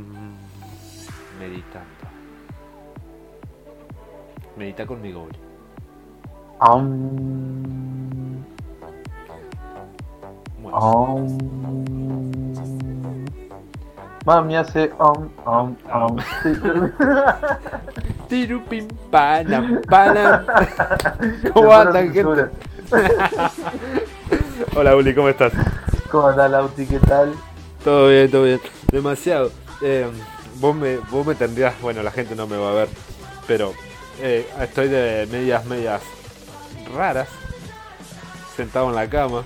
Meditando. Medita conmigo, Uri. Bueno. Mami hace Tirupim panam panam. ¿Cómo andan, gente? Hola, Uli, ¿cómo estás? ¿Cómo andás, Lauti? ¿Qué tal? Todo bien, todo bien. Demasiado. Vos me tendrías... Bueno, la gente no me va a ver, pero estoy de medias raras, sentado en la cama.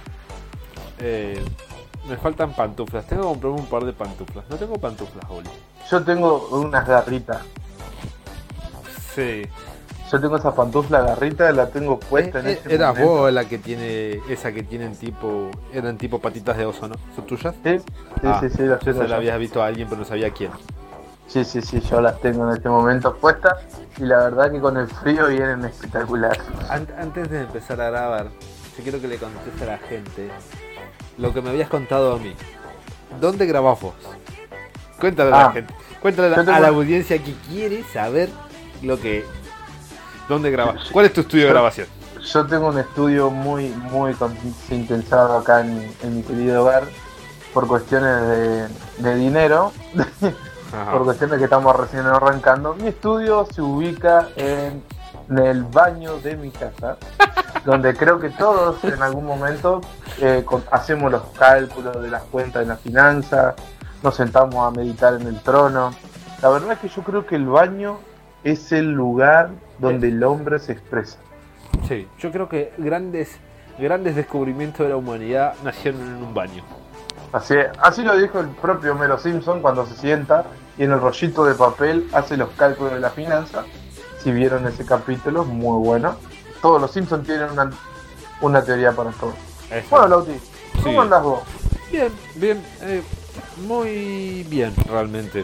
Me faltan pantuflas. Tengo que comprarme un par de pantuflas. No tengo pantuflas, Uli. Yo tengo unas garritas. Sí. Yo tengo esa pantufla garrita, la tengo puesta en este Eras momento. vos la que tiene... Esa que tienen tipo... Eran tipo patitas de oso, ¿no? ¿Son tuyas? Sí, las Yo tengo se la yo. habías visto a alguien, pero no sabía quién. Sí, yo las tengo en este momento puestas y la verdad que con el frío vienen espectacular. Antes de empezar a grabar, yo quiero que le contes a la gente lo que me habías contado a mí. ¿Dónde grabás vos? Cuéntale a la gente. Cuéntale a la audiencia que quiere saber lo que... ¿Dónde grabás? ¿Cuál es tu estudio de grabación? Yo tengo un estudio muy intensado acá en mi querido hogar por cuestiones de dinero. Por cuestiones que estamos recién arrancando. Mi estudio se ubica en el baño de mi casa, donde creo que todos en algún momento hacemos los cálculos de las cuentas de la finanza, nos sentamos a meditar en el trono. La verdad es que yo creo que el baño es el lugar donde el hombre se expresa. Sí, yo creo que grandes descubrimientos de la humanidad nacieron en un baño. Así lo dijo el propio Homero Simpson cuando se sienta y en el rollito de papel hace los cálculos de la finanza. Si vieron ese capítulo, muy bueno. Todos los Simpsons tienen una teoría para todo. Eso. Bueno, Lauti, ¿cómo andás vos? Bien, muy bien, realmente.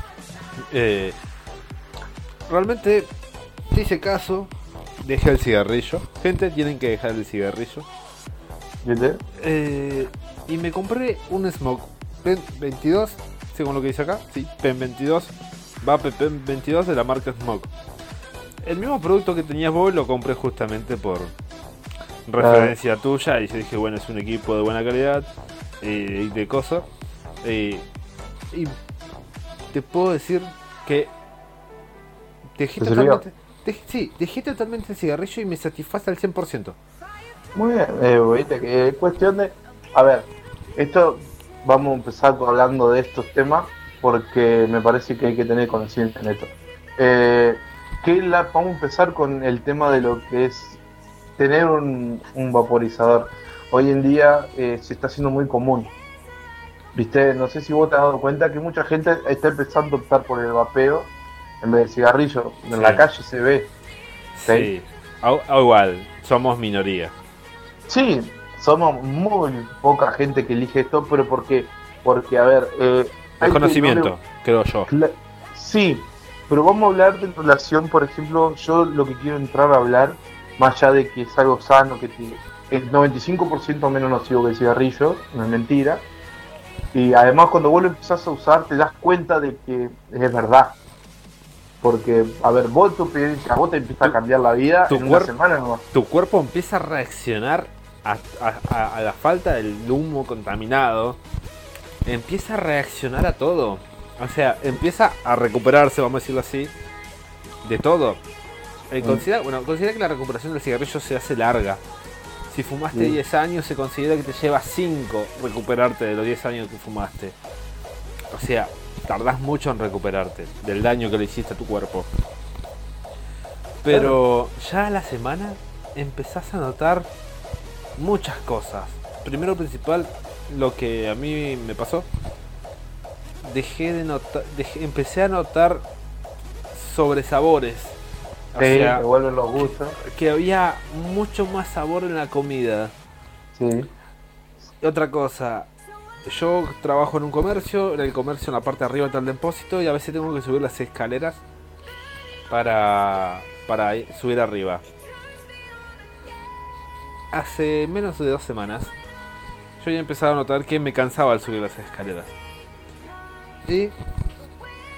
Realmente te hice caso, dejé el cigarrillo. Gente, tienen que dejar el cigarrillo. ¿Viste? Y me compré un Smoke Pen 22, según lo que dice acá. Sí, Pen 22. Va Pen 22 de la marca Smoke. El mismo producto que tenías vos lo compré justamente por referencia tuya. Y yo dije, bueno, es un equipo de buena calidad y de cosas. Y te puedo decir que dejé totalmente el cigarrillo y me satisface al 100%. Muy bien, viste que es cuestión de... A ver, esto vamos a empezar hablando de estos temas porque me parece que hay que tener conciencia en esto. Vamos a empezar con el tema de lo que es tener un vaporizador. Hoy en día se está haciendo muy común. Viste, no sé si vos te has dado cuenta que mucha gente está empezando a optar por el vapeo en vez del cigarrillo. En la calle se ve. Sí, igual, somos minoría. Sí, somos muy poca gente que elige esto, pero porque a ver... Desconocimiento, creo yo. Sí, pero vamos a hablar de relación, por ejemplo, yo lo que quiero entrar a hablar, más allá de que es algo sano, que es 95% menos nocivo que el cigarrillo, no es mentira, y además cuando vos lo empezás a usar te das cuenta de que es verdad. Porque, a ver, vos tu experiencia, vos te empieza a cambiar la vida en una semana nomás. Tu cuerpo empieza a reaccionar a la falta del humo contaminado. Empieza a reaccionar a todo. O sea, empieza a recuperarse, vamos a decirlo así, de todo. Considera que la recuperación del cigarrillo se hace larga. Si fumaste 10 años, se considera que te lleva 5 recuperarte de los 10 años que fumaste. O sea, tardás mucho en recuperarte del daño que le hiciste a tu cuerpo. Pero ya a la semana empezás a notar muchas cosas. Primero principal, lo que a mí me pasó, empecé a notar sobresabores. O sea, te vuelven los gustos. Que había mucho más sabor en la comida. Sí. Otra cosa, yo trabajo en un comercio, en el comercio en la parte de arriba está el depósito y a veces tengo que subir las escaleras para subir arriba. Hace menos de 2 semanas yo ya empezaba a notar que me cansaba al subir las escaleras. Y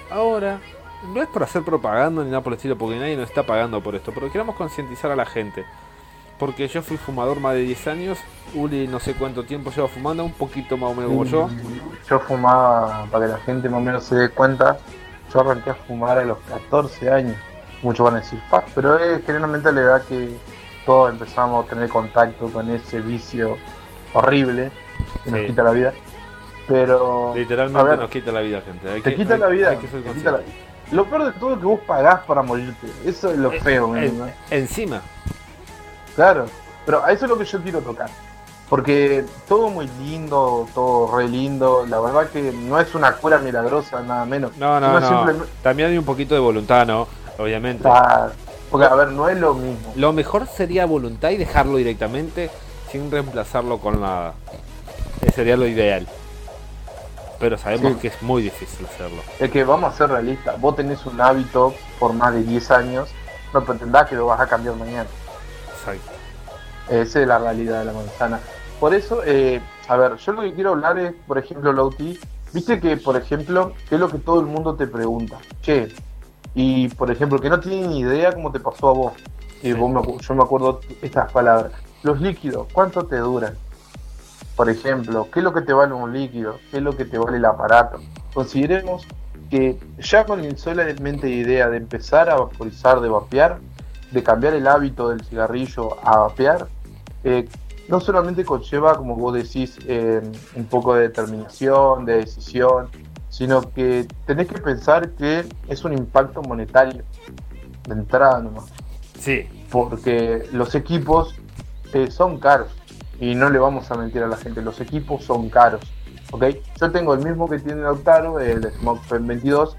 ahora, no es por hacer propaganda ni nada por el estilo, porque nadie nos está pagando por esto, pero queremos concientizar a la gente. Porque yo fui fumador más de 10 años, Uli no sé cuánto tiempo lleva fumando, un poquito más o menos como yo. Yo fumaba, para que la gente más o menos se dé cuenta, yo arranqué a fumar a los 14 años. Muchos van a decir, fuck, pero es generalmente la edad que todos empezamos a tener contacto con ese vicio horrible que nos quita la vida. Pero literalmente nos quita la vida, gente. Te quita la vida. Lo peor de todo es que vos pagás para morirte. Eso es lo feo, encima. Claro, pero a eso es lo que yo quiero tocar. Porque todo muy lindo, todo re lindo. La verdad que no es una cura milagrosa, nada menos. No. También hay un poquito de voluntad, ¿no? Obviamente. Porque, a ver, no es lo mismo. Lo mejor sería voluntad y dejarlo directamente sin reemplazarlo con nada. Sería lo ideal. Pero sabemos que es muy difícil hacerlo. Es que vamos a ser realistas. Vos tenés un hábito por más de 10 años, no pretendás que lo vas a cambiar mañana. Exacto. Esa es la realidad de la manzana. Por eso, a ver, yo lo que quiero hablar es, por ejemplo, Lauti, viste que, por ejemplo, ¿qué es lo que todo el mundo te pregunta? Che, y por ejemplo, que no tienen ni idea cómo te pasó a vos. Yo me acuerdo estas palabras. Los líquidos, ¿cuánto te duran? Por ejemplo, ¿qué es lo que te vale un líquido? ¿Qué es lo que te vale el aparato? Consideremos que ya con la solamente idea de empezar a vaporizar, de vapear, de cambiar el hábito del cigarrillo a vapear, no solamente conlleva, como vos decís, un poco de determinación, de decisión, sino que tenés que pensar que es un impacto monetario de entrada nomás. Sí. Porque los equipos son caros. Y no le vamos a mentir a la gente, los equipos son caros, ¿ok? Yo tengo el mismo que tiene Lautaro, el Smoke Pen 22,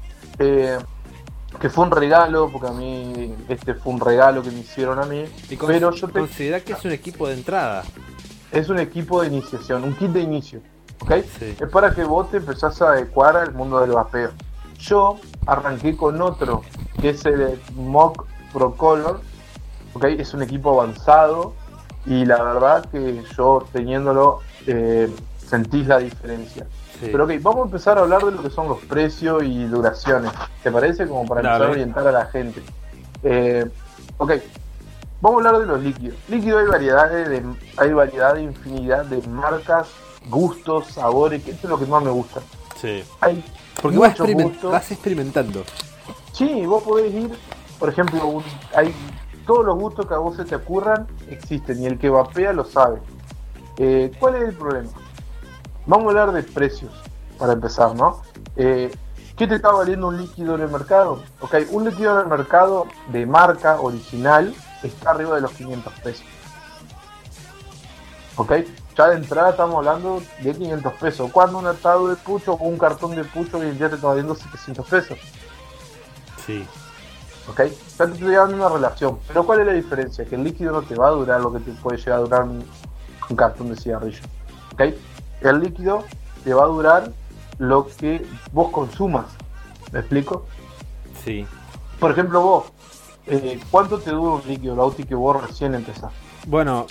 que fue un regalo, porque a mí fue un regalo que me hicieron a mí. Pero yo considero que es un equipo de entrada. Es un equipo de iniciación, un kit de inicio, ¿ok? Sí. Es para que vos te empezás a adecuar al mundo del vapeo. Yo arranqué con otro, que es el Smoke Pro Color, ¿ok? Es un equipo avanzado. Y la verdad que yo teniéndolo sentís la diferencia. Sí. Pero ok, vamos a empezar a hablar de lo que son los precios y duraciones. ¿Te parece? Como para empezar a orientar a la gente. Ok, vamos a hablar de los líquidos. Líquidos hay variedad de infinidad de marcas, gustos, sabores, que esto es lo que más me gusta. Sí. Hay porque vas experimentando. Sí, vos podés ir, por ejemplo, hay todos los gustos que a vos se te ocurran existen y el que vapea lo sabe. ¿Cuál es el problema? Vamos a hablar de precios para empezar, ¿no? ¿Qué te está valiendo un líquido en el mercado? Ok, un líquido en el mercado de marca original está arriba de los 500 pesos. Ok, ya de entrada estamos hablando de 500 pesos. Cuando un atado de pucho o un cartón de pucho hoy en día te está valiendo 700 pesos. Sí. ¿Ok? Ya te estoy dando una relación. Pero ¿cuál es la diferencia? Que el líquido no te va a durar lo que te puede llegar a durar un cartón de cigarrillo. ¿Ok? El líquido te va a durar lo que vos consumas. ¿Me explico? Sí. Por ejemplo, vos, ¿cuánto te dura un líquido, Lauti, que vos recién empezás? Bueno,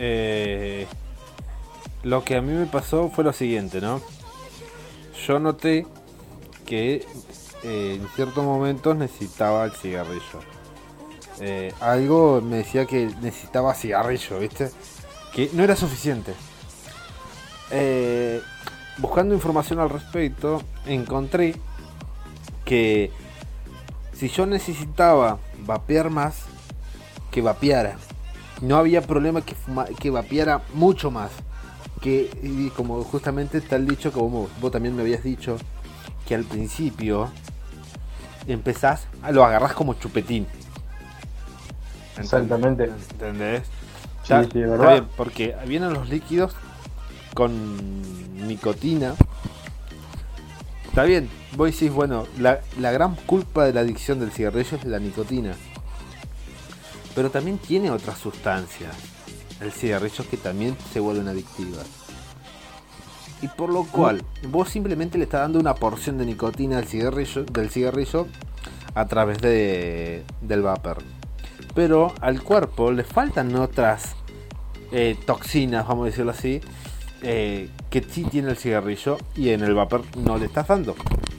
lo que a mí me pasó fue lo siguiente, ¿no? Yo noté que en ciertos momentos necesitaba el cigarrillo. Algo me decía que necesitaba cigarrillo, ¿viste? Que no era suficiente. Buscando información al respecto, encontré que si yo necesitaba vapear más, que vapeara. No había problema que vapeara mucho más. Y como justamente está el dicho, como vos también me habías dicho, que al principio empezás, lo agarrás como chupetín. Exactamente. ¿Entendés? Sí, sí, ¿verdad? Está bien, porque vienen los líquidos con nicotina. Está bien, vos decís, bueno, la gran culpa de la adicción del cigarrillo es la nicotina. Pero también tiene otras sustancias, el cigarrillo, que también se vuelven adictivas. Y por lo cual, vos simplemente le estás dando una porción de nicotina del cigarrillo a través del vapor. Pero al cuerpo le faltan otras toxinas, vamos a decirlo así, que sí tiene el cigarrillo y en el vapor no le estás dando.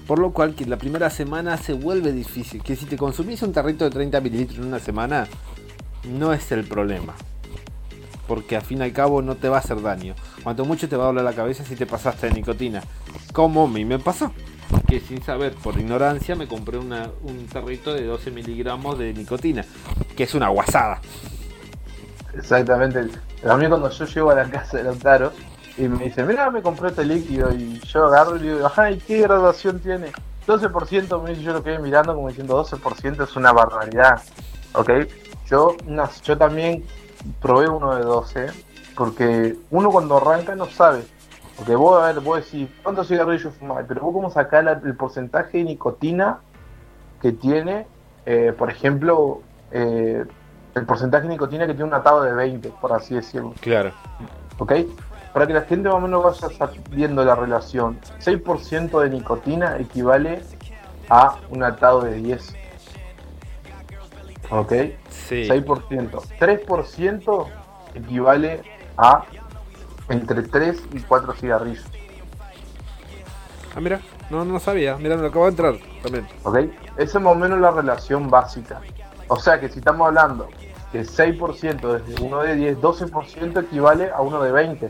Por lo cual que la primera semana se vuelve difícil. Que si te consumís un tarrito de 30 mililitros en una semana, no es el problema. Porque al fin y al cabo no te va a hacer daño. Cuanto mucho te va a doler la cabeza si te pasaste de nicotina. Como a mí me pasó. Que sin saber, por ignorancia, me compré un tarrito de 12 miligramos de nicotina. Que es una guasada. Exactamente. A mí cuando yo llego a la casa de Lautaro y me dice, mira, me compré este líquido, y yo agarro y digo, ajá, ¿y qué graduación tiene? 12%, me dice, yo lo quedé mirando como diciendo 12% es una barbaridad, ¿ok? Yo también probé uno de 12, porque uno cuando arranca no sabe, porque vos decís, ¿cuántos cigarrillos fumás? Pero vos cómo sacás el porcentaje de nicotina que tiene, por ejemplo, el porcentaje de nicotina que tiene un atado de 20, por así decirlo. Claro. ¿Ok? Para que la gente más o menos vaya viendo la relación. 6% de nicotina equivale a un atado de 10. ¿Ok? Sí. 6%. 3% equivale a entre 3 y 4 cigarrillos. Ah, mira, no sabía. Mira, me lo acabo de entrar también. ¿Ok? Esa es más o menos la relación básica. O sea que si estamos hablando que 6% desde uno de 10, 12% equivale a uno de 20.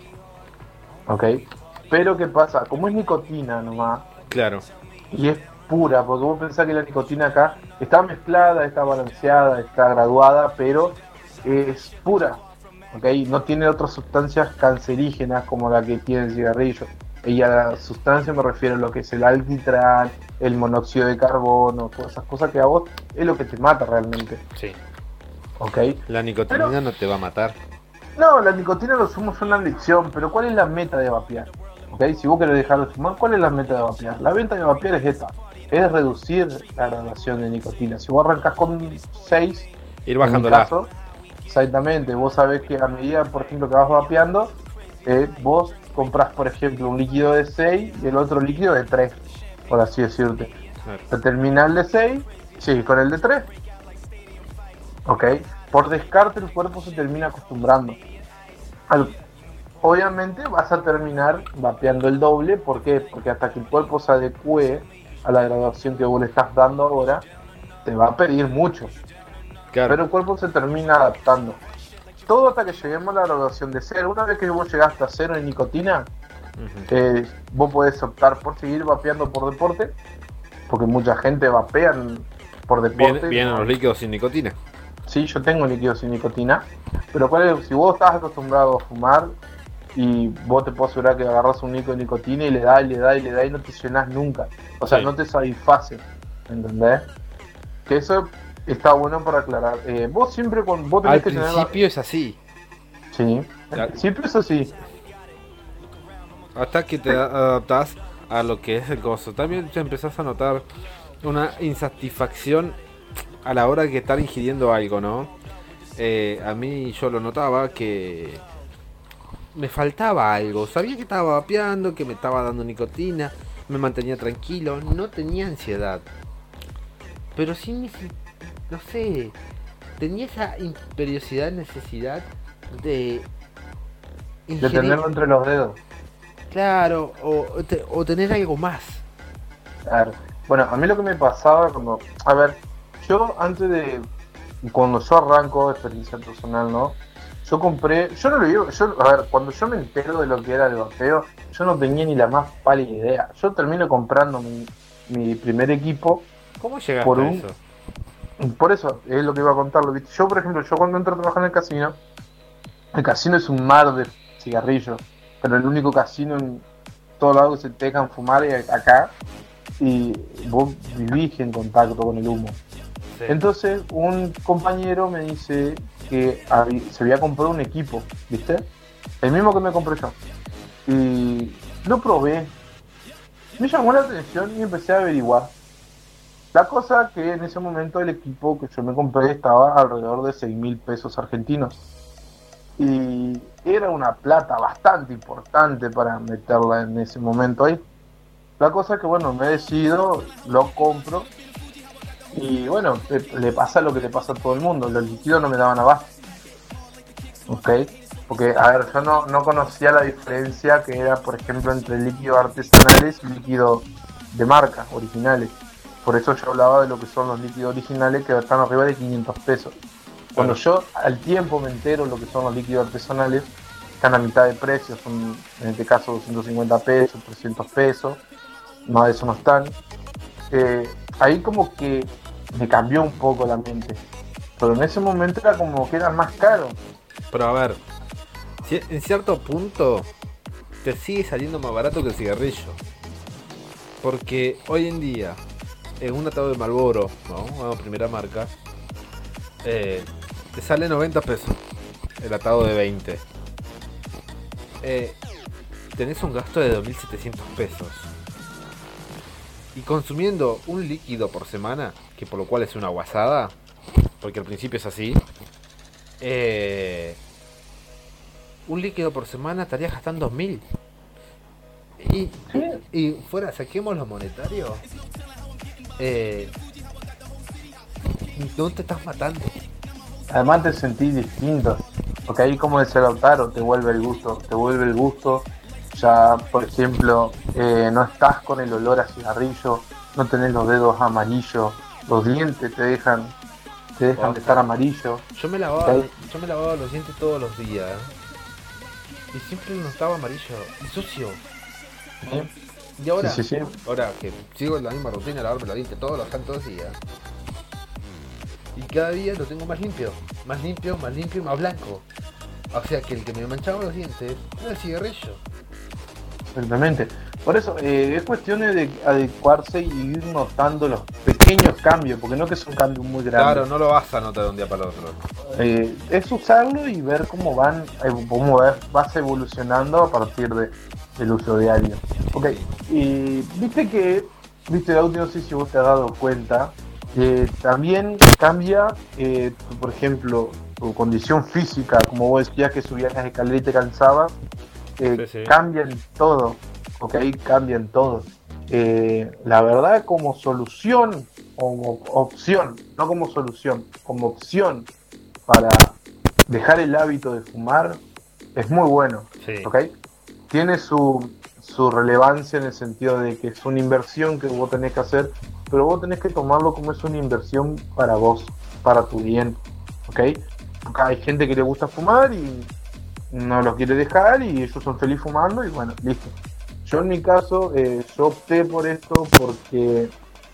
¿Ok? Pero ¿qué pasa? Como es nicotina nomás. Claro. Y es pura, porque vos pensás que la nicotina acá está mezclada, está balanceada, está graduada, pero es pura. ¿Ok? No tiene otras sustancias cancerígenas como la que tiene el cigarrillo. Y a la sustancia me refiero a lo que es el alquitrán, el monóxido de carbono, todas esas cosas que a vos es lo que te mata realmente. Sí. ¿Ok? La nicotina no te va a matar. No, la nicotina lo sumo es una adicción, pero ¿cuál es la meta de vapear? ¿Ok? Si vos querés dejar de fumar, ¿cuál es la meta de vapear? La meta de vapear es esta, es reducir la graduación de nicotina. Si vos arrancás con 6, ir bajándola. Exactamente, vos sabés que a medida, por ejemplo, que vas vapeando, vos comprás, por ejemplo, un líquido de 6 y el otro líquido de 3, por así decirte. Claro. Al terminar el de 6, sigues con el de 3. ¿Ok? Por descarte el cuerpo se termina acostumbrando. Obviamente vas a terminar vapeando el doble. ¿Por qué? Porque hasta que el cuerpo se adecue a la graduación que vos le estás dando ahora, te va a pedir mucho. Claro. Pero el cuerpo se termina adaptando. Todo hasta que lleguemos a la graduación de 0. Una vez que vos llegaste a 0 en nicotina, vos podés optar por seguir vapeando por deporte, porque mucha gente vapea por deporte. Vienen los líquidos sin nicotina. Sí, yo tengo líquidos sin nicotina, pero si vos estás acostumbrado a fumar y vos te puedo asegurar que agarras un líquido de nicotina y le da y no te llenás nunca, o sea, no te satisface, ¿entendés? Que eso está bueno para aclarar. Vos siempre cuando vos tenés al que tener... Al principio es así. Sí, al principio es así. Hasta que te adaptás a lo que es el gozo. También te empezás a notar una insatisfacción a la hora de estar ingiriendo algo, ¿no? A mí yo lo notaba que me faltaba algo. Sabía que estaba vapeando, que me estaba dando nicotina, me mantenía tranquilo, no tenía ansiedad. Pero sí, no sé, tenía esa imperiosidad, necesidad de tenerlo entre los dedos. Claro, o tener algo más. Claro. Bueno, a mí lo que me pasaba cuando... A ver, yo antes de... Cuando yo arranco, experiencia personal, ¿no? Yo compré... Yo no lo digo... A ver, cuando yo me entero de lo que era el vapeo, yo no tenía ni la más pálida idea. Yo termino comprando mi primer equipo. ¿Cómo llegaste a eso? Por eso, es lo que iba a contarlo. Yo, por ejemplo, cuando entro a trabajar en el casino es un mar de cigarrillos. Pero el único casino en todo lado que se te dejan fumar es acá. Y vos vivís en contacto con el humo. Sí. Entonces un compañero me dice que se había comprado un equipo, ¿viste? El mismo que me compré yo. Y lo probé. Me llamó la atención y empecé a averiguar. La cosa que en ese momento el equipo que yo me compré estaba alrededor de 6.000 pesos argentinos. Y era una plata bastante importante para meterla en ese momento ahí. La cosa que bueno, me decido, lo compro y bueno, le pasa lo que le pasa a todo el mundo, los líquidos no me daban abasto. ¿Ok? Porque, a ver, yo no conocía la diferencia que era, por ejemplo, entre líquidos artesanales y líquidos de marca, originales. Por eso yo hablaba de lo que son los líquidos originales que están arriba de 500 pesos. Cuando yo al tiempo me entero lo que son los líquidos artesanales, están a mitad de precio, son en este caso 250 pesos, 300 pesos, más de eso no están. Ahí como que me cambió un poco la mente, pero en ese momento era como que era más caro. Pero a ver, en cierto punto te sigue saliendo más barato que el cigarrillo. Porque hoy en día, en un atado de Marlboro, ¿no? Bueno, primera marca, te sale 90 pesos el atado de 20. Tenés un gasto de 2.700 pesos. Y consumiendo un líquido por semana, que por lo cual es una guasada, porque al principio es así, un líquido por semana estarías gastando 2.000. Y fuera, saquemos lo monetario, no te estás matando. Además te sentís distinto, porque ahí, como decía Lautaro, te vuelve el gusto. Ya, por ejemplo, no estás con el olor a cigarrillo, no tenés los dedos amarillos, los dientes te dejan de estar amarillos. Yo me lavaba los dientes todos los días y siempre los notaba amarillo y sucio. ¿Sí? Y ahora, sí. Ahora que sigo la misma rutina de lavarme los dientes todos los santos días, y cada día lo tengo más limpio y más blanco. O sea que el que me manchaba los dientes era el cigarrillo. Exactamente. Por eso es cuestión de adecuarse y ir notando los pequeños cambios, porque no que son cambios muy grandes. Claro, no lo vas a notar de un día para el otro. Es usarlo y ver cómo vas evolucionando a partir del uso diario. Ok, y viste, Lauti, no sé si vos te has dado cuenta, también cambia, por ejemplo, tu condición física, como vos decías que subías las escaleras y te cansabas. Sí. Cambian todo, cambian todo. La verdad, como solución, como opción, no como solución, como opción para dejar el hábito de fumar, es muy bueno. Sí. Tiene su relevancia en el sentido de que es una inversión que vos tenés que hacer, pero vos tenés que tomarlo como es una inversión para vos, para tu bien. Porque hay gente que le gusta fumar y no los quiere dejar y ellos son felices fumando y bueno, listo. Yo en mi caso, yo opté por esto porque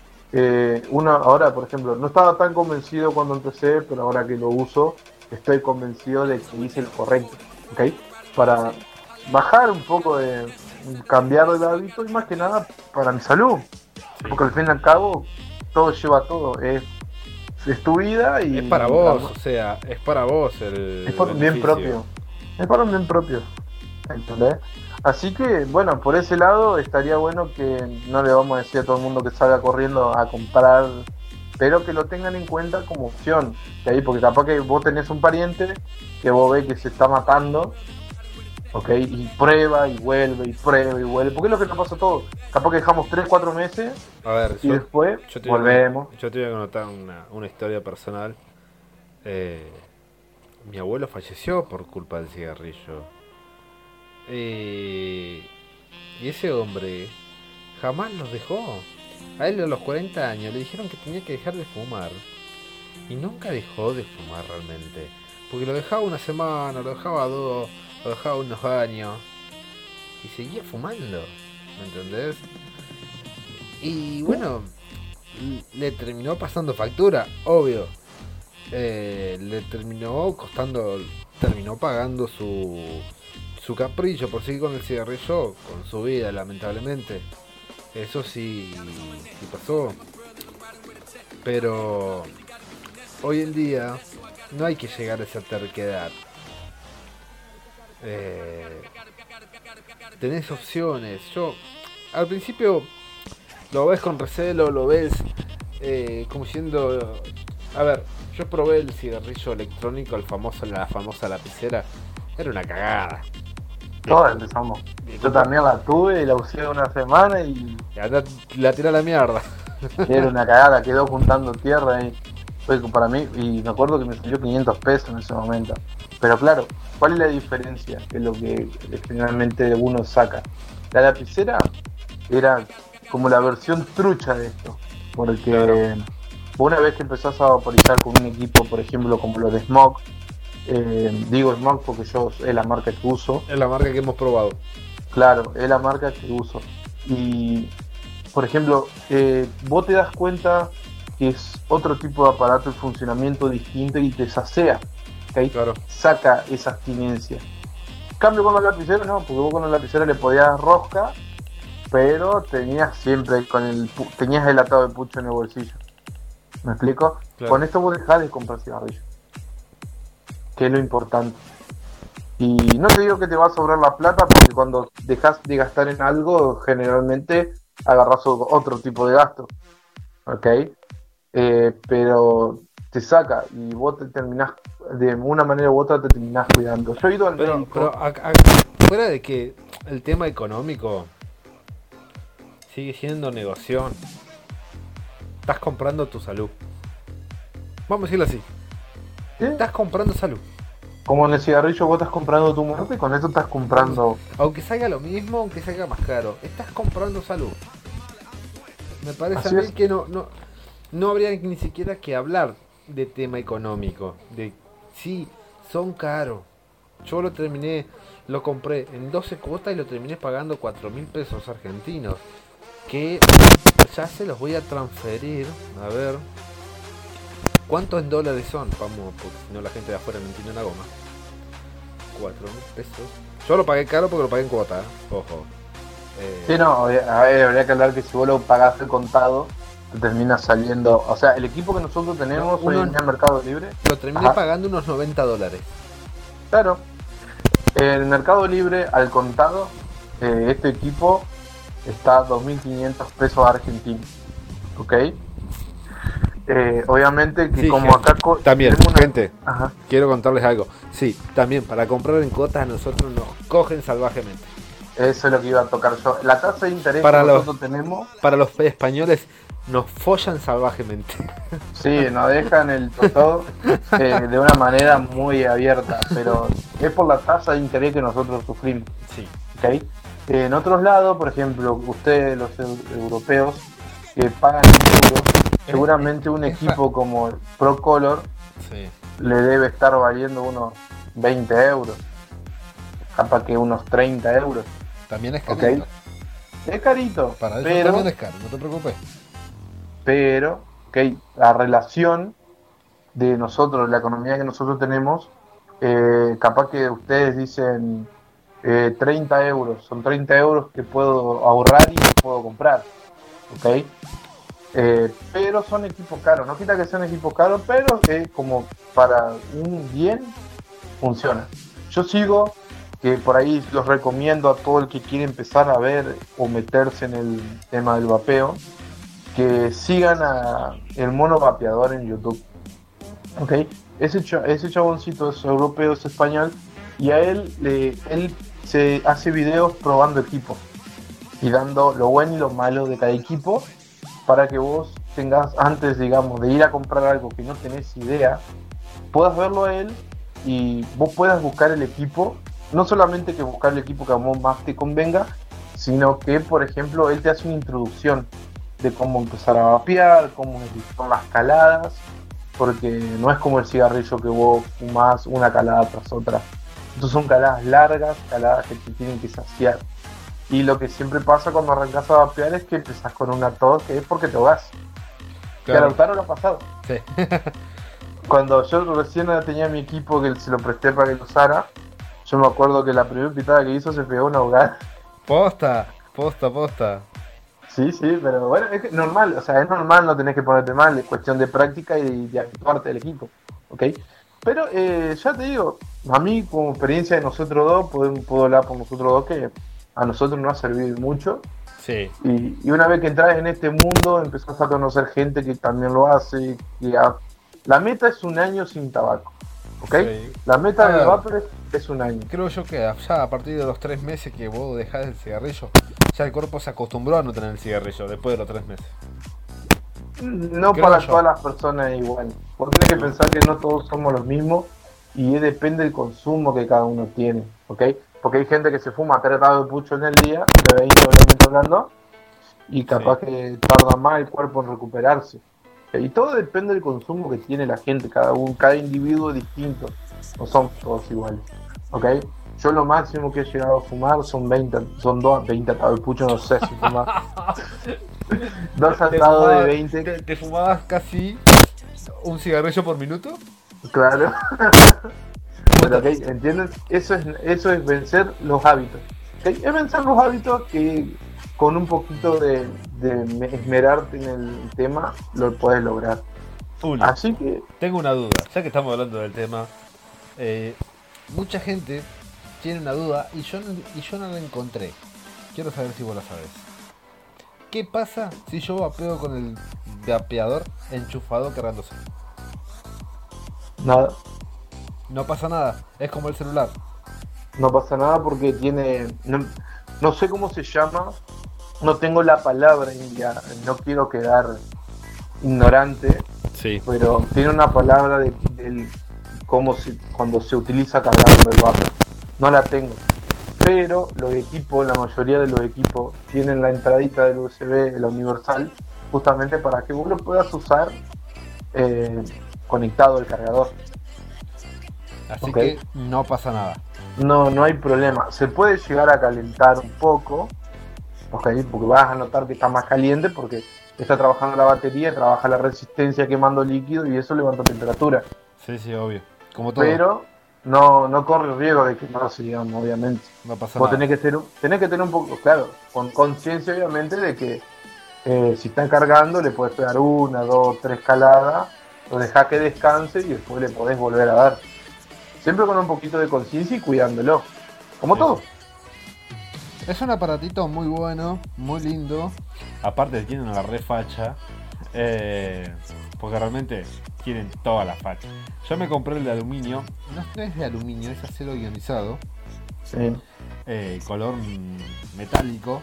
ahora, por ejemplo, no estaba tan convencido cuando empecé, pero ahora que lo uso, estoy convencido de que hice lo correcto, para bajar un poco, cambiar el hábito y más que nada para mi salud, porque al fin y al cabo todo lleva todo, es tu vida y es para vos, o sea, es para vos es por un bien propio. Es para un bien propio, ¿entendés? Así que, bueno, por ese lado estaría bueno que no le vamos a decir a todo el mundo que salga corriendo a comprar, pero que lo tengan en cuenta como opción, porque capaz que vos tenés un pariente que vos ves que se está matando, y prueba y vuelve, porque es lo que nos pasa a todos. Capaz que dejamos 3-4 meses y después volvemos. Yo te voy a contar una historia personal. Mi abuelo falleció por culpa del cigarrillo. Y ese hombre jamás los dejó. A él a los 40 años le dijeron que tenía que dejar de fumar. Y nunca dejó de fumar realmente. Porque lo dejaba una semana, lo dejaba 2, lo dejaba unos años. Y seguía fumando. ¿Me entendés? Y bueno, le terminó pasando factura, obvio. Le terminó pagando su capricho por seguir con el cigarrillo, con su vida, lamentablemente. Eso sí pasó. Pero hoy en día no hay que llegar a esa terquedad. Tenés opciones. Yo al principio lo ves con recelo, lo ves como siendo... A ver, yo probé el cigarrillo electrónico, la famosa lapicera. Era una cagada. Todos empezamos. Yo también la tuve y la usé una semana y... La tiré a la mierda. Era una cagada, quedó juntando tierra y fue para mí, y me acuerdo que me salió 500 pesos en ese momento. Pero claro, ¿cuál es la diferencia? Que es lo que generalmente uno saca. La lapicera era como la versión trucha de esto. Porque Claro. una vez que empezás a vaporizar con un equipo, por ejemplo, como lo de Smog, digo Smog porque yo es la marca que uso, Es la marca que hemos probado. claro, es la marca que uso. Y, por ejemplo, vos te das cuenta que es otro tipo de aparato, el funcionamiento distinto y te sacea, ¿ok? Claro. Saca esa abstinencia. Cambio con los lapiceros, no, porque vos con los lapiceros le podías dar rosca, pero tenías siempre tenías el atado de pucho en el bolsillo. ¿Me explico? Claro. Con esto vos dejás de comprar cigarrillos, que es lo importante. Y no te digo que te va a sobrar la plata, porque cuando dejas de gastar en algo, generalmente agarras otro tipo de gasto, ¿ok? Pero te saca y vos te terminás, de una manera u otra te terminás cuidando. Yo he ido al médico. Pero fuera de que el tema económico sigue siendo negoción. Estás comprando tu salud. Vamos a decirlo así. ¿Sí? Estás comprando salud. Como en el cigarrillo vos estás comprando tu muerte, con eso estás comprando... Aunque salga lo mismo, aunque salga más caro. Estás comprando salud. Me parece Así a mí es. que no habría ni siquiera que hablar de tema económico. De sí, son caros. Yo lo compré en 12 cuotas y lo terminé pagando 4.000 pesos argentinos. Que ya se los voy a transferir. A ver. ¿Cuántos en dólares son? Vamos, porque si no la gente de afuera no entiende una goma. 4.000 pesos. Yo lo pagué caro porque lo pagué en cuota. Ojo. Sí, no, a ver, habría que hablar que si vos lo pagás el contado, te termina saliendo... O sea, el equipo que nosotros tenemos hoy en el Mercado Libre... Lo terminé pagando unos $90. Claro. En el Mercado Libre, al contado, este equipo está a 2.500 pesos argentinos. ¿Ok? Obviamente que Sí, como gente, acá... también, gente, Ajá. quiero contarles algo. Sí, también, para comprar en cuotas a nosotros nos cogen salvajemente. Eso es lo que iba a tocar yo. La tasa de interés Para que los- nosotros tenemos... Para los españoles nos follan salvajemente. Sí, nos dejan el totó de una manera muy abierta, pero es por la tasa de interés que nosotros sufrimos. Sí. ¿Ok? En otros lados, por ejemplo, ustedes, los europeos, que pagan en euros, seguramente un equipo como el Pro Color Sí. le debe estar valiendo unos 20 euros, capaz que unos 30 euros. También es ¿Ok? carito. Es carito, Para eso pero... también es caro, no te preocupes. Pero, ok, la relación de nosotros, la economía que nosotros tenemos, capaz que ustedes dicen 30 euros, son 30 euros que puedo ahorrar y que puedo comprar, ok. Pero son equipos caros, no quita que sean equipos caros, pero que como para un bien funciona. Yo sigo, que por ahí los recomiendo a todo el que quiere empezar a ver o meterse en el tema del vapeo, que sigan a el mono vapeador en YouTube. Ok, ese chaboncito es europeo, es español, y a él se hace videos probando equipos y dando lo bueno y lo malo de cada equipo para que vos tengas, antes, digamos, de ir a comprar algo que no tenés idea, puedas verlo a él y vos puedas buscar el equipo, no solamente que buscar el equipo que a vos más te convenga, sino que, por ejemplo, él te hace una introducción de cómo empezar a vapear, cómo son las caladas, porque no es como el cigarrillo que vos fumás una calada tras otra. Entonces son caladas largas, caladas que te tienen que saciar. Y lo que siempre pasa cuando arrancas a vapear es que empezás con una tos que es porque te ahogás. Que a Lautaro lo ha pasado. Sí. Cuando yo recién tenía mi equipo que se lo presté para que lo usara, yo me acuerdo que la primera pitada que hizo se pegó una ahogada. Posta. Sí, pero bueno, es que normal, o sea, es normal, no tenés que ponerte mal, es cuestión de práctica y de habituarte del equipo, ¿ok? Pero ya te digo, a mí como experiencia de nosotros dos, puedo hablar por nosotros dos, que a nosotros nos ha servido mucho. Sí. Y una vez que entras en este mundo, empezás a conocer gente que también lo hace. La meta es un año sin tabaco, ¿ok? Sí. La meta del vapor es un año. Creo yo que ya a partir de los 3 meses que vos dejás el cigarrillo, ya el cuerpo se acostumbró a no tener el cigarrillo después de los 3 meses. No Creo para yo. todas las personas es igual. Vos tenés que pensar que no todos somos los mismos y depende del consumo que cada uno tiene, ¿ok? Porque hay gente que se fuma 3 tabas de pucho en el día, de 20 obviamente hablando, y capaz que tarda más el cuerpo en recuperarse. Y todo depende del consumo que tiene la gente, cada individuo es distinto, no son todos iguales, ¿ok? Yo lo máximo que he llegado a fumar son 20 atados, pucho, no sé si fumar. 2 atados de 20. ¿Te fumabas casi un cigarrillo por minuto? Claro. Bueno, ¿okay? ¿Entiendes? Eso es vencer los hábitos. ¿Okay? Es vencer los hábitos que con un poquito de esmerarte en el tema lo puedes lograr. Julio, así que tengo una duda, ya que estamos hablando del tema. Mucha gente tiene una duda y yo no la encontré. Quiero saber si vos la sabes. ¿Qué pasa si yo vapeo con el vapeador enchufado cargándose? Nada. No pasa nada, es como el celular. No pasa nada porque tiene... No sé cómo se llama, no tengo la palabra india, no quiero quedar ignorante, sí, pero tiene una palabra de cuando se utiliza cargando el vapor. No la tengo. Pero los equipos, la mayoría de los equipos tienen la entradita del USB, la universal, justamente para que vos lo puedas usar conectado al cargador. Así que no pasa nada. No hay problema. Se puede llegar a calentar un poco, porque vas a notar que está más caliente porque está trabajando la batería, trabaja la resistencia quemando líquido y eso levanta temperatura. Sí, obvio. Como todo. Pero no corre el riesgo de quemarse, digamos, obviamente. No pasa Vos nada. tenés que tener un poco, claro, con conciencia obviamente de que si están cargando le podés pegar 1, 2, 3 caladas, lo dejás que descanse y después le podés volver a dar. Siempre con un poquito de conciencia y cuidándolo, como todo. Es un aparatito muy bueno, muy lindo. Aparte tiene una re facha. Porque realmente tienen toda la facha. Yo me compré el de aluminio. No es de aluminio, es acero ionizado. Sí. Color metálico.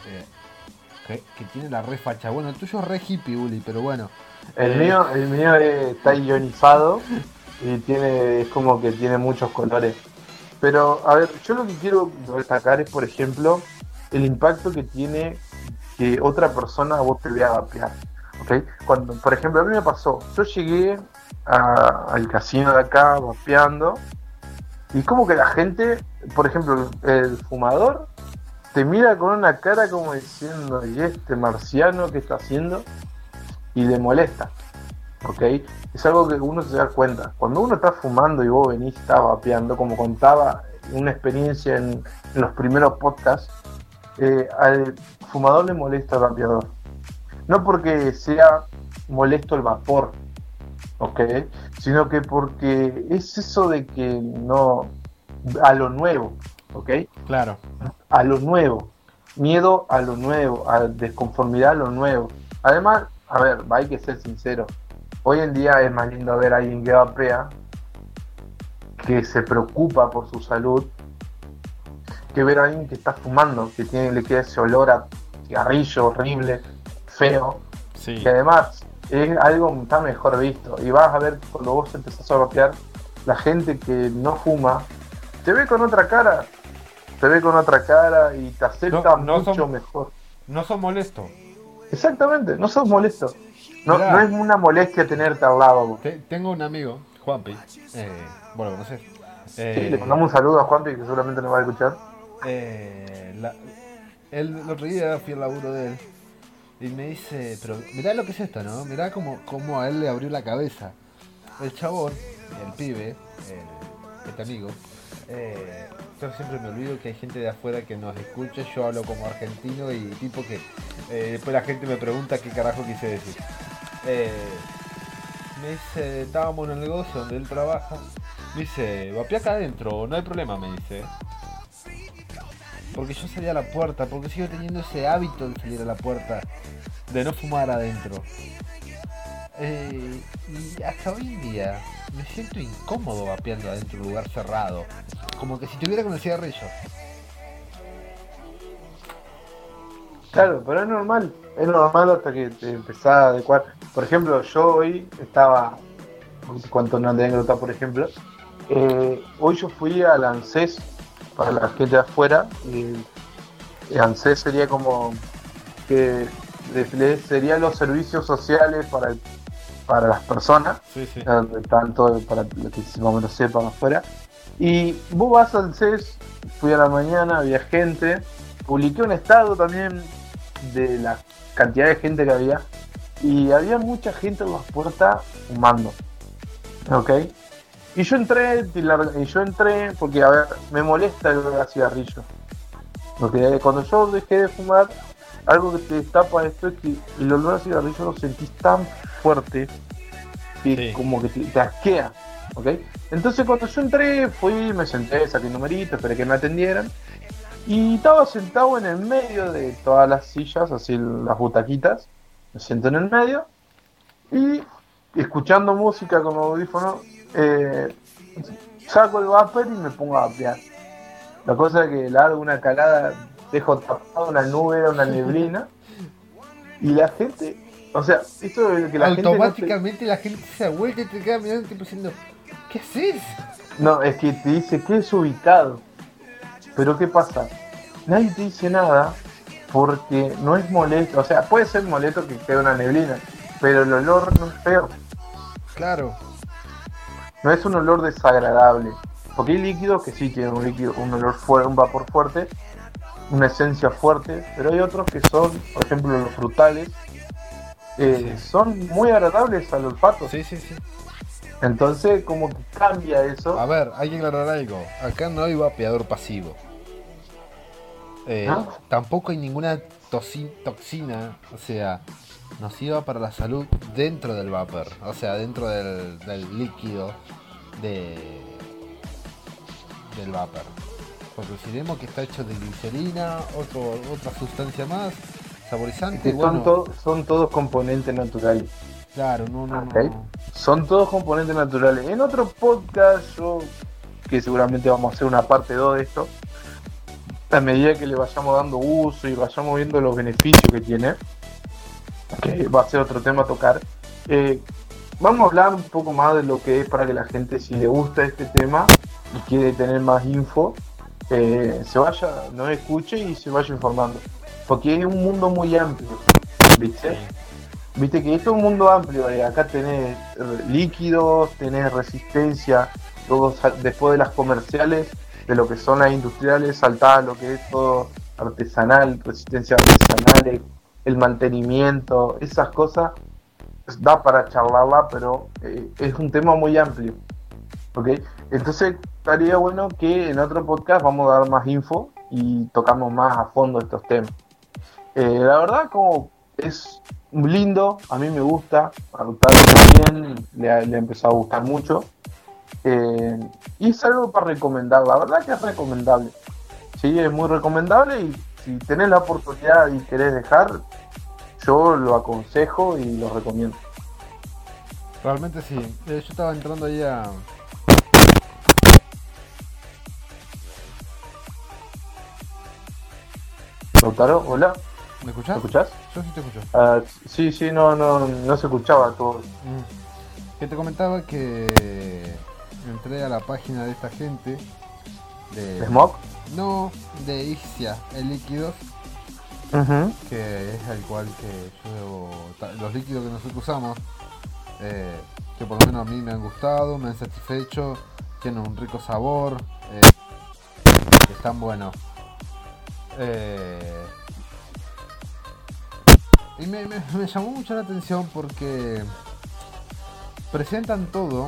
Que tiene la re facha. Bueno, el tuyo es re hippie, Uli, pero bueno. El mío está ionizado y es como que tiene muchos colores. Pero, a ver, yo lo que quiero destacar es, por ejemplo, el impacto que tiene que otra persona a vos te vea vapear. ¿Okay? Cuando, por ejemplo, a mí me pasó, yo llegué al casino de acá vapeando y como que la gente, por ejemplo, el fumador te mira con una cara como diciendo, ¿y este marciano qué está haciendo? Y le molesta. ¿Okay? Es algo que uno se da cuenta. Cuando uno está fumando y vos venís, estás vapeando, como contaba una experiencia en los primeros podcasts, al fumador le molesta el vapeador. No porque sea molesto el vapor, ¿ok? Sino que porque es eso de que no... a lo nuevo, ¿ok? Claro. A lo nuevo. Miedo a lo nuevo, a desconformidad a lo nuevo. Además, a ver, hay que ser sincero. Hoy en día es más lindo ver a alguien que vapea, que se preocupa por su salud, que ver a alguien que está fumando, que le queda ese olor a cigarrillo horrible, feo, sí. Que además es algo que está mejor visto. Y vas a ver cuando vos empezás a vapear, la gente que no fuma te ve con otra cara, y te acepta mucho mejor. No son molestos. Exactamente, no sos molesto. No es una molestia tenerte al lado. Tengo un amigo, Juanpi, bueno, lo conoces. Sí, le mandamos un saludo a Juanpi que seguramente nos va a escuchar. El otro día fui al laburo de él y me dice, pero mirá lo que es esto, ¿no? Mirá cómo a él le abrió la cabeza. El chabón, el pibe, este amigo, yo siempre me olvido que hay gente de afuera que nos escucha. Yo hablo como argentino y tipo que después la gente me pregunta qué carajo quise decir. Me dice, estábamos en el negocio donde él trabaja. Me dice, vapea acá adentro, no hay problema, me dice. Porque yo salí a la puerta, porque sigo teniendo ese hábito de salir a la puerta, de no fumar adentro. Y hasta hoy en día me siento incómodo vapeando adentro de un lugar cerrado, como que si estuviera con el cigarrillo. Claro, pero es normal hasta que te empezás a adecuar. Por ejemplo, yo hoy estaba, cuánto no anécdota, por ejemplo, hoy yo fui al ANSES, para la gente de afuera, y ANSES sería como que serían los servicios sociales para las personas, sí, sí. Tanto para lo que más o menos sepan afuera. Y vos vas al CES, fui a la mañana, había gente, publiqué un estado también de la cantidad de gente que había, y había mucha gente en las puertas fumando, ¿ok? Y yo entré porque, a ver, me molesta el olor a cigarrillo. Porque cuando yo dejé de fumar, algo que te tapa esto es que el olor a cigarrillo lo sentís tan fuerte que Sí. como que te asquea, ¿ok? Entonces cuando yo entré, fui, me senté, saqué un numerito, esperé que me atendieran. Y estaba sentado en el medio de todas las sillas, así las butaquitas. Me siento en el medio y escuchando música con audífonos, saco el vapor y me pongo a vapear. La cosa es que largo una calada, dejo tapada una nube, una neblina, y la gente, o sea, esto de que la automáticamente la gente se da vuelta y te queda mirando tipo diciendo, ¿qué haces? No, es que te dice que es ubicado. Pero ¿qué pasa? Nadie te dice nada porque no es molesto. O sea, puede ser molesto que quede una neblina, pero el olor no es feo. Claro. No es un olor desagradable. Porque hay líquidos que sí tienen un olor fuerte, un vapor fuerte, una esencia fuerte, pero hay otros que son, por ejemplo, los frutales, son muy agradables al olfato. Sí, sí, sí. Entonces, como que cambia eso. A ver, hay que aclarar algo. Acá no hay vapeador pasivo. ¿Ah? Tampoco hay ninguna toxina, o sea, nociva para la salud dentro del vapor. O sea, dentro del líquido del vapor. Consideremos que está hecho de glicerina, otra sustancia más, saborizante. Que son todos componentes naturales. Claro, no. Son todos componentes naturales. En otro podcast, que seguramente vamos a hacer una parte 2 de esto, a medida que le vayamos dando uso y vayamos viendo los beneficios que tiene, que va a ser otro tema a tocar, vamos a hablar un poco más de lo que es para que la gente, si le gusta este tema y quiere tener más info, se vaya, nos escuche y se vaya informando. Porque es un mundo muy amplio, ¿viste? Viste que esto es un mundo amplio, acá tenés líquidos, tenés resistencia, luego después de las comerciales, de lo que son las industriales, saltás lo que es todo artesanal, resistencia artesanal, el mantenimiento, esas cosas, da para charlarla, pero es un tema muy amplio, ¿ok? Entonces estaría bueno que en otro podcast vamos a dar más info y tocamos más a fondo estos temas. La verdad, como es lindo, a mí me gusta, a Octavio también le ha empezado a gustar mucho, y es algo para recomendar, la verdad que es recomendable, sí, es muy recomendable, y si tenés la oportunidad y querés dejar, yo lo aconsejo y lo recomiendo. Realmente sí. Yo estaba entrando ahí a... Lautaro, hola. ¿Me escuchás? ¿Me escuchás? Yo sí te escucho. Sí, no se escuchaba todo. Que te comentaba que entré a la página de esta gente ¿De Smoke? No, de Ixia, el líquidos, Uh-huh. que es el cual que yo los líquidos que nosotros usamos, que por lo menos a mí me han gustado, me han satisfecho, tienen un rico sabor, están buenos. Y me llamó mucho la atención porque presentan todo,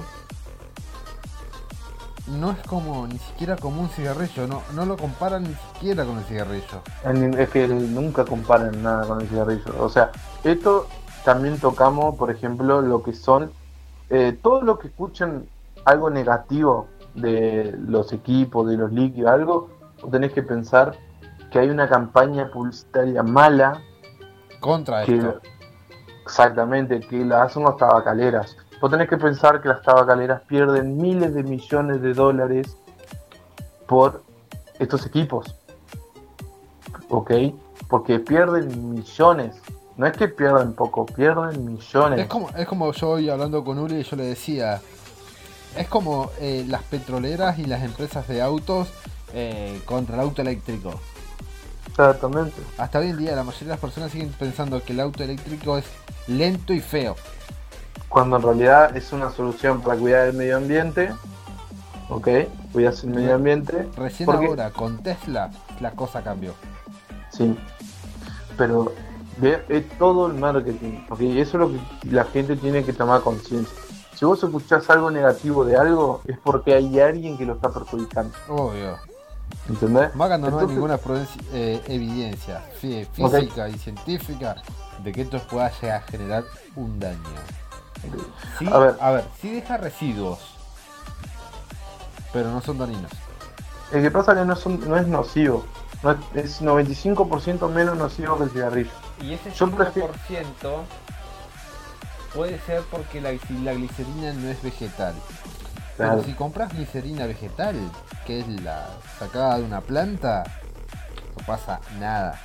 no es como ni siquiera como un cigarrillo, no lo comparan ni siquiera con el cigarrillo. Es que nunca comparan nada con el cigarrillo. O sea, esto también tocamos, por ejemplo, lo que son todo lo que escuchan algo negativo de los equipos, de los líquidos, algo, tenés que pensar que hay una campaña publicitaria mala Contra esto. Exactamente, que la hacen las tabacaleras. Vos tenés que pensar que las tabacaleras pierden miles de millones de dólares por estos equipos, ¿ok? Porque pierden millones. No es que pierdan poco, pierden millones. Es como yo hoy hablando con Uri y yo le decía, es como las petroleras y las empresas de autos contra el auto eléctrico. Exactamente. Hasta hoy en día la mayoría de las personas siguen pensando que el auto eléctrico es lento y feo. Cuando en realidad es una solución para cuidar el medio ambiente. Ok, cuidas el medio ambiente. Recién ahora, con Tesla, la cosa cambió. Sí, pero es todo el marketing. Ok, eso es lo que la gente tiene que tomar conciencia. Si vos escuchás algo negativo de algo, es porque hay alguien que lo está perjudicando. Obvio. ¿Entendés? Más cuando no hay Entonces, ninguna evidencia física y científica de que esto pueda llegar a generar un daño. Sí, A ver. sí deja residuos, pero no son dañinos. el que pasa es que no es nocivo. Es 95% menos nocivo que el cigarrillo. Y ese Yo 5% prefiero- puede ser porque la glicerina no es vegetal. Claro. Pero si compras glicerina vegetal, que es la sacada de una planta, no pasa nada.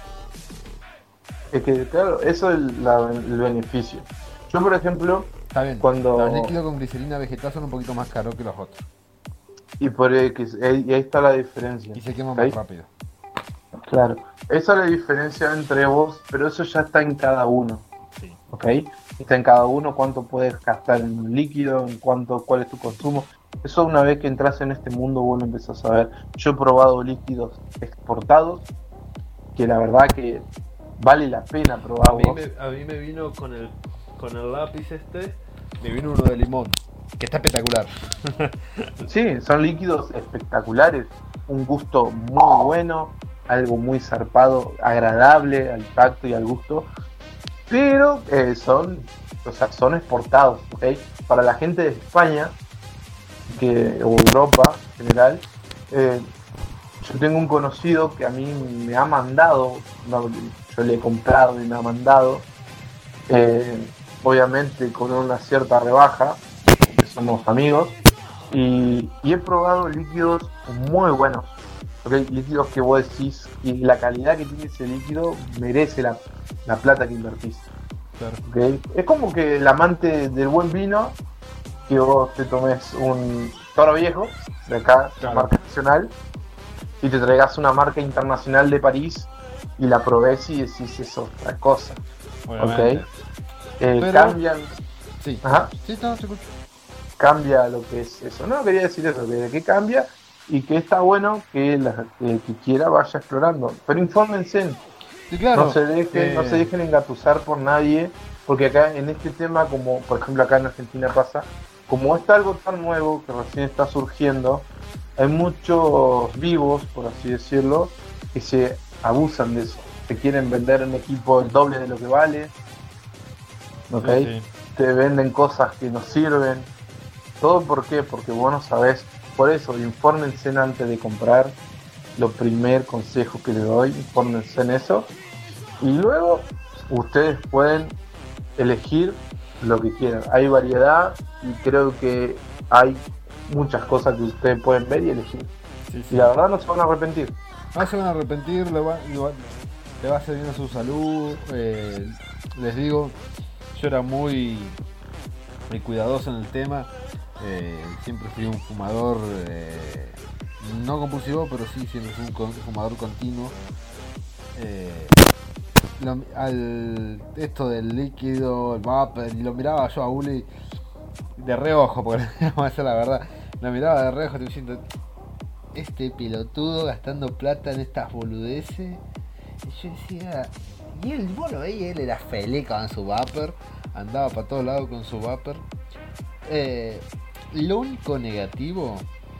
Es que, claro, eso es el beneficio. Yo, por ejemplo, Está bien, cuando... los líquidos con glicerina vegetal son un poquito más caros que los otros. Y ahí está la diferencia. Y se queman ¿Ok? más rápido. Claro. Esa es la diferencia entre vos, pero eso ya está en cada uno. Sí. ¿Ok? Está en cada uno cuánto puedes gastar en un líquido, cuál es tu consumo. Eso una vez que entras en este mundo vos lo empezás a ver. Yo he probado líquidos exportados, que la verdad que vale la pena probarlos. A mí me vino con el lápiz me vino uno de limón. Que está espectacular. Sí, son líquidos espectaculares, un gusto muy bueno, algo muy zarpado, agradable al tacto y al gusto, pero son exportados, ¿ok? Para la gente de España o Europa en general, yo tengo un conocido que a mí me ha mandado, no, yo le he comprado y me ha mandado, obviamente con una cierta rebaja, porque somos amigos, y he probado líquidos muy buenos, ¿okay? Líquidos que vos decís, y la calidad que tiene ese líquido merece la plata que invertís. Claro. ¿Okay? Es como que el amante del buen vino, que vos te tomes un Toro Viejo, de acá, Claro. marca nacional, y te traigas una marca internacional de París, y la probés y decís es otra cosa. Obviamente. ¿Ok? Pero- Cambian, Sí. Ajá. Sí, no, te escucho. cambia lo que es eso. No, quería decir eso, que cambia y que está bueno que el que quiera vaya explorando. Pero infórmense, Sí, claro. no se dejen engatusar por nadie, porque acá en este tema, como por ejemplo acá en Argentina pasa, como está algo tan nuevo que recién está surgiendo, hay muchos vivos, por así decirlo, que se abusan de eso. Te quieren vender un equipo el doble de lo que vale, ¿ok? Sí, sí. Te venden cosas que no sirven. ¿Todo por qué? Porque vos no sabés. Por eso, infórmense antes de comprar. Lo primer consejo que les doy, infórmense en eso. Y luego, ustedes pueden elegir lo que quieran. Hay variedad y creo que hay muchas cosas que ustedes pueden ver y elegir. Sí, Y la verdad no se van a arrepentir. No se van a arrepentir, le va a hacer bien a su salud. Les digo, yo era muy cuidadoso en el tema. Siempre fui un fumador, no compulsivo, pero sí siempre fui un fumador continuo. Esto del líquido, el vapor, y lo miraba yo a Uli de reojo, porque vamos a decir la verdad, lo miraba de reojo diciendo, este pelotudo gastando plata en estas boludeces. Y yo decía, y él, vos lo veías, él era feliz con su vapor, andaba para todos lados con su vapor. Lo único negativo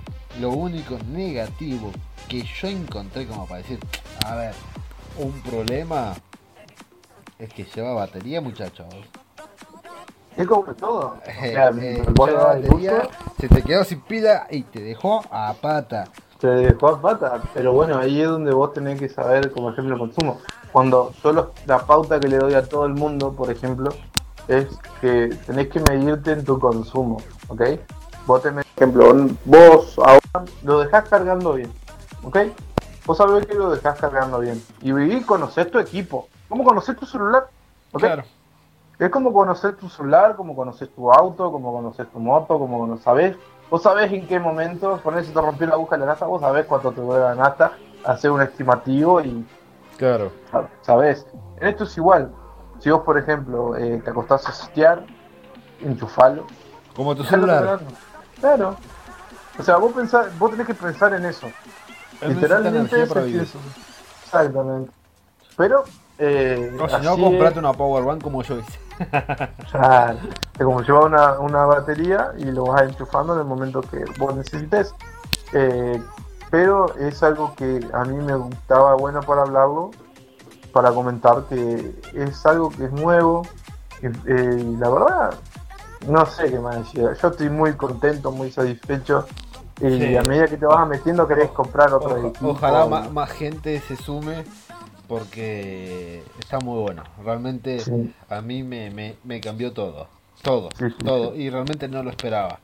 que yo encontré como para decir, a ver, un problema es que lleva batería, muchachos. Es como todo. O sea, Lleva vos le das el batería, gusto, se te quedó sin pila y te dejó a pata. te dejó a pata, pero bueno, ahí es donde vos tenés que saber, como ejemplo, el consumo. Cuando yo la pauta que le doy a todo el mundo, por ejemplo, es que tenés que medirte en tu consumo, ¿ok? Vos tenés, por ejemplo, vos ahora lo dejás cargando bien, ¿ok? Vos sabés que lo dejás cargando bien. Y conocés tu equipo. ¿Cómo conocés tu celular? ¿Ok? Claro. Es como conocer tu celular, como conocer tu auto, como conocer tu moto, sabés. Vos sabés en qué momento, poner si te rompió la aguja de la nafta, vos sabés cuánto te duele la nafta, hacer un estimativo y Claro. ¿Sabes? En esto es igual. Si vos, por ejemplo, te acostás a setear, enchufalo. Como tu Dejalo celular. cargando. Claro. O sea, vos tenés que pensar en eso. Él necesita Literalmente energía ese para vivir. es exactamente. Pero, O si no, así comprate una power bank como yo hice. ya, es como llevar una batería y lo vas enchufando en el momento que vos necesites. Pero es algo que a mí me gustaba bueno para hablarlo, para comentar que es algo que es nuevo. Y la verdad, no sé qué más decir. Yo estoy muy contento, muy satisfecho. Y Sí. a medida que te vas metiendo querés comprar otro equipo. Ojalá más gente se sume porque está muy bueno. Realmente Sí. a mí me cambió todo. Todo, Sí, sí, todo. sí. Y realmente no lo esperaba.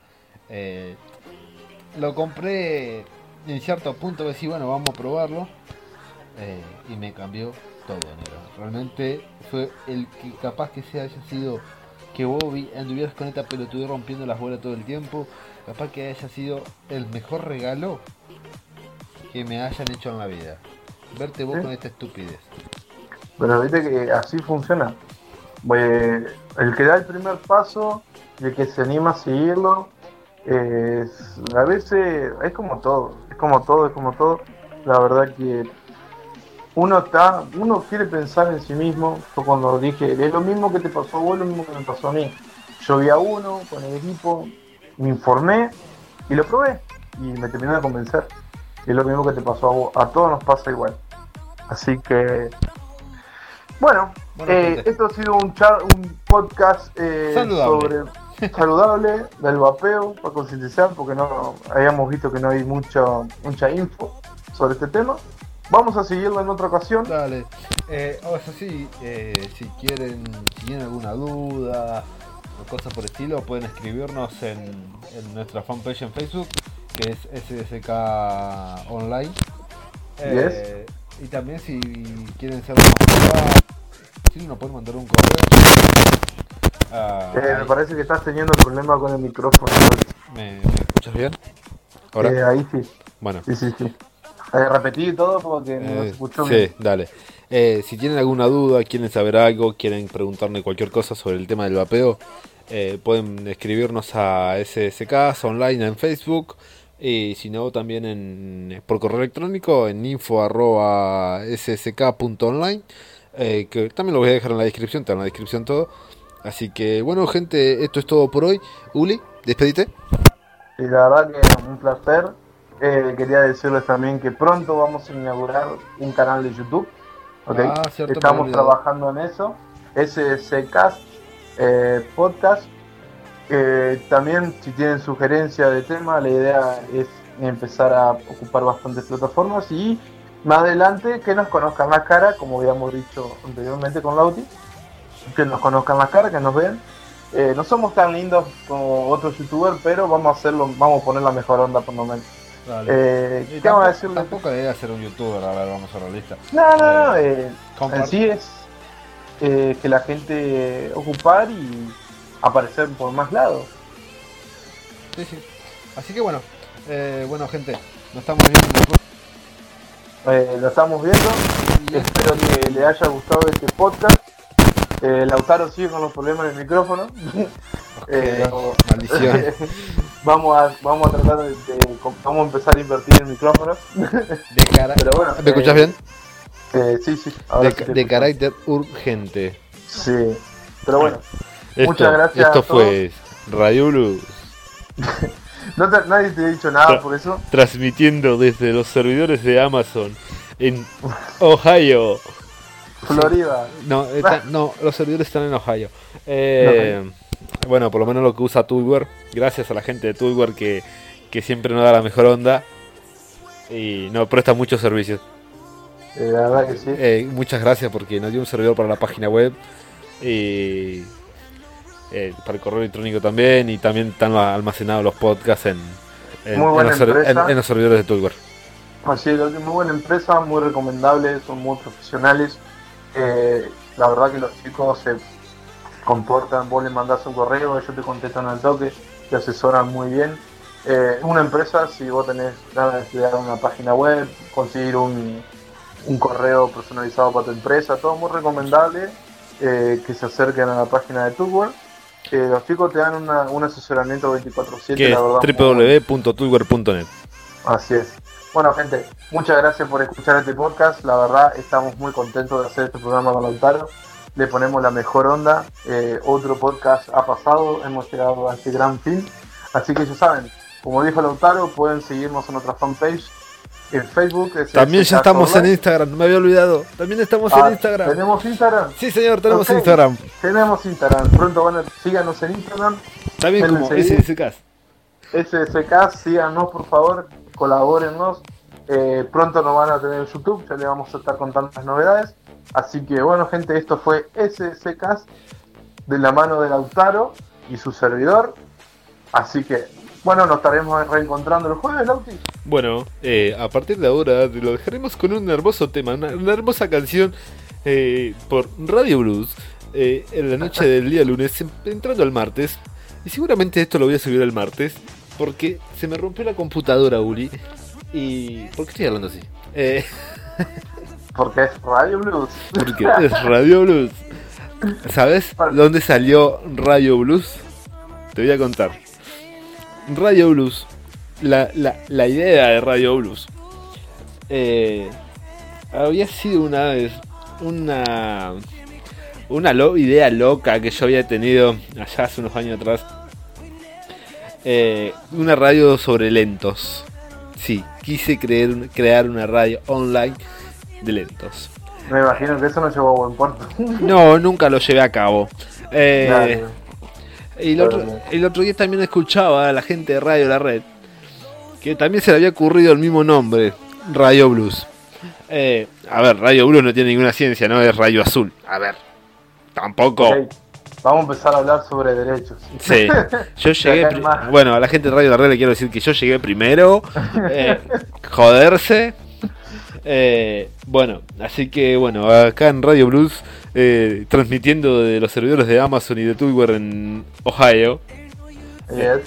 Lo compré en cierto punto, decir, bueno, vamos a probarlo. Y me cambió todo, negro. Realmente fue el que capaz que sea haya sido que vos anduvieras con esta pelotudez rompiendo las bolas todo el tiempo. Capaz que haya sido el mejor regalo que me hayan hecho en la vida. Verte vos ¿Sí? con esta estupidez. Pero viste que así funciona. El que da el primer paso y el que se anima a seguirlo, a veces es como todo, es como todo, es como todo. La verdad que uno quiere pensar en sí mismo. Yo cuando dije, es lo mismo que te pasó a vos, lo mismo que me pasó a mí. Yo vi a uno con el equipo, me informé y lo probé y me terminó de convencer. Y es lo mismo que te pasó a vos, a todos nos pasa igual. Así que bueno, Bueno, gente. esto ha sido un podcast Saludable. sobre saludable del vapeo para concientizar, porque no habíamos visto que no hay mucha info sobre este tema. Vamos a seguirlo en otra ocasión. Dale. Eso sí, si tienen alguna duda o cosas por el estilo, pueden escribirnos en nuestra fanpage en Facebook, que es SSK Online. Yes. Y también si quieren ser más privados, sí, nos pueden mandar un correo. Me parece que estás teniendo problema con el micrófono. ¿Me escuchas bien? ¿Ahora? Ahí sí. Bueno. Sí. Repetí todo porque no se escuchó bien. Sí, dale. Si tienen alguna duda, quieren saber algo, quieren preguntarme cualquier cosa sobre el tema del vapeo, pueden escribirnos a SSK Online en Facebook. Y si no, también por correo electrónico en info@ssk.online, que también lo voy a dejar en la descripción, está en la descripción todo. Así que bueno, gente, esto es todo por hoy. Uli, despedite. Y la verdad que un placer. Quería decirles también que pronto vamos a inaugurar un canal de YouTube. ¿Okay? Cierto, Estamos trabajando en eso. SSCast Podcast. También si tienen sugerencia de tema, la idea es empezar a ocupar bastantes plataformas y más adelante que nos conozcan la cara, como habíamos dicho anteriormente con Lauti, que nos conozcan la cara, que nos vean. No somos tan lindos como otros youtubers, pero vamos a hacerlo, vamos a poner la mejor onda por lo menos. ¿Qué vamos a decirle? Tampoco debe ser un youtuber, a ver, vamos a ser realistas. No. En sí es que la gente ocupar y aparecer por más lados. Sí. Así que bueno, gente, nos estamos viendo. Lo estamos viendo. Espero que les haya gustado este podcast. Lautaro sigue con los problemas del micrófono. Maldición. Vamos a tratar vamos a empezar a invertir en micrófonos. Pero bueno, ¿Me escuchás bien? Sí. Ahora sí de carácter urgente. Sí. Pero bueno, muchas gracias. Esto fue Radio Luz. Nadie te ha dicho nada por eso. Transmitiendo desde los servidores de Amazon en Ohio. Florida. Sí. No, los servidores están en Ohio. Bueno, por lo menos lo que usa Toolware. Gracias a la gente de Toolware que siempre nos da la mejor onda y nos presta muchos servicios. La verdad que sí. Muchas gracias porque nos dio un servidor para la página web y para el correo electrónico también, y también están almacenados los podcasts en los servidores de Toolware. Así es, muy buena empresa, muy recomendable, son muy profesionales. La verdad que los chicos se comportan, vos le mandás un correo, ellos te contestan al toque, te asesoran muy bien. Una empresa, si vos tenés ganas de crear una página web, conseguir un correo personalizado para tu empresa, todo muy recomendable, que se acerquen a la página de Tuber. Los chicos te dan un asesoramiento 24/7, que la verdad. es www.tuber.net. Así es. Bueno, gente, muchas gracias por escuchar este podcast. La verdad, estamos muy contentos de hacer este programa con Lautaro. Le ponemos la mejor onda. Otro podcast ha pasado. Hemos llegado a este gran fin. Así que ya saben, como dijo Lautaro, pueden seguirnos en nuestra fanpage en Facebook. También ya estamos en Instagram, no me había olvidado. También estamos en Instagram. ¿Tenemos Instagram? Sí, señor, tenemos Instagram. Tenemos Instagram. Pronto síganos en Instagram. También como SSK. SSK, síganos por favor, colabórennos. Pronto nos van a tener en YouTube, ya le vamos a estar con tantas novedades. Así que bueno, gente, esto fue SSK de la mano de Lautaro y su servidor. Así que bueno, nos estaremos reencontrando el jueves, Lauti. Bueno, a partir de ahora lo dejaremos con un hermoso tema, una hermosa canción por Radio Blues en la noche del día lunes, entrando al martes. Y seguramente esto lo voy a subir el martes, porque se me rompió la computadora, Uli. ¿Y por qué estoy hablando así? Porque es Radio Blues. Porque es Radio Blues. ¿Sabes dónde salió Radio Blues? Te voy a contar. Radio Blues, la idea de Radio Blues había sido una vez una idea loca que yo había tenido allá hace unos años atrás. Una radio sobre lentos. Sí, quise crear una radio online de lentos. Me imagino que eso no llegó a buen puerto. No, nunca lo llevé a cabo. Claro. Y el otro día también escuchaba a la gente de Radio La Red, que también se le había ocurrido el mismo nombre, Radio Blues. A ver, Radio Blues no tiene ninguna ciencia, no es Radio Azul. A ver, tampoco. Okay. Vamos a empezar a hablar sobre derechos. Sí, yo llegué. Bueno, a la gente de Radio La Red le quiero decir que yo llegué primero. Joderse. Bueno, así que bueno, acá en Radio Blues, transmitiendo de los servidores de Amazon y de Tuber en Ohio. Yes.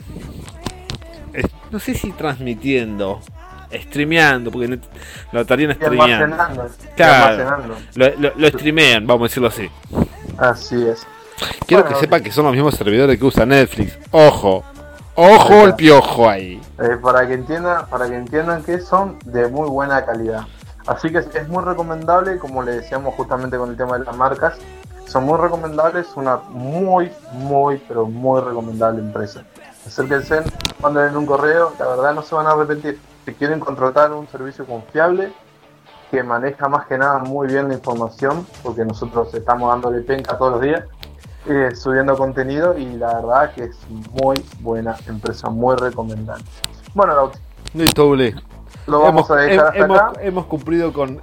No sé si transmitiendo, streameando, porque lo estarían streameando. Claro, lo streamean, vamos a decirlo así. Así es. Quiero que sepa que son los mismos servidores que usa Netflix. Ojo el piojo ahí. Para que entiendan que son de muy buena calidad. Así que es muy recomendable, como le decíamos justamente con el tema de las marcas, son muy recomendables, una muy, pero muy recomendable empresa. Acérquense, manden un correo, la verdad no se van a arrepentir. Si quieren contratar un servicio confiable, que maneja más que nada muy bien la información, porque nosotros estamos dándole penca todos los días, subiendo contenido, y la verdad que es muy buena empresa, muy recomendable. Bueno, Lauti, listo, Uli. Lo vamos a dejar hasta acá. Hemos cumplido con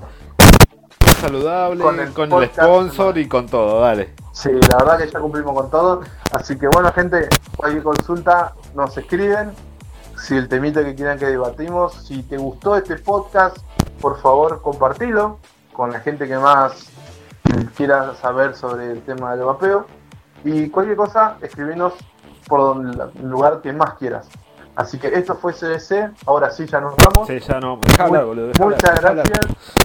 saludable, con el sponsor y con todo, dale. Sí, la verdad que ya cumplimos con todo. Así que bueno, gente, cualquier consulta nos escriben. Si el temita que quieran que debatimos, si te gustó este podcast, por favor compartilo con la gente que más quiera saber sobre el tema del vapeo. Y cualquier cosa, escribinos por el lugar que más quieras. Así que esto fue CDC, ahora sí ya nos vamos. Sí, ya no, dejala, boludo. Muchas gracias.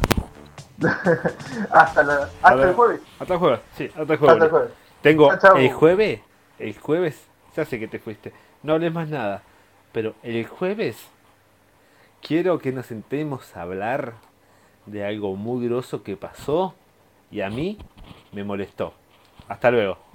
hasta el jueves. Hasta el jueves, sí, hasta el jueves. Tengo chau. el jueves, ya sé que te fuiste, no hables más nada, pero el jueves quiero que nos sentemos a hablar de algo muy groso que pasó y a mí me molestó. Hasta luego.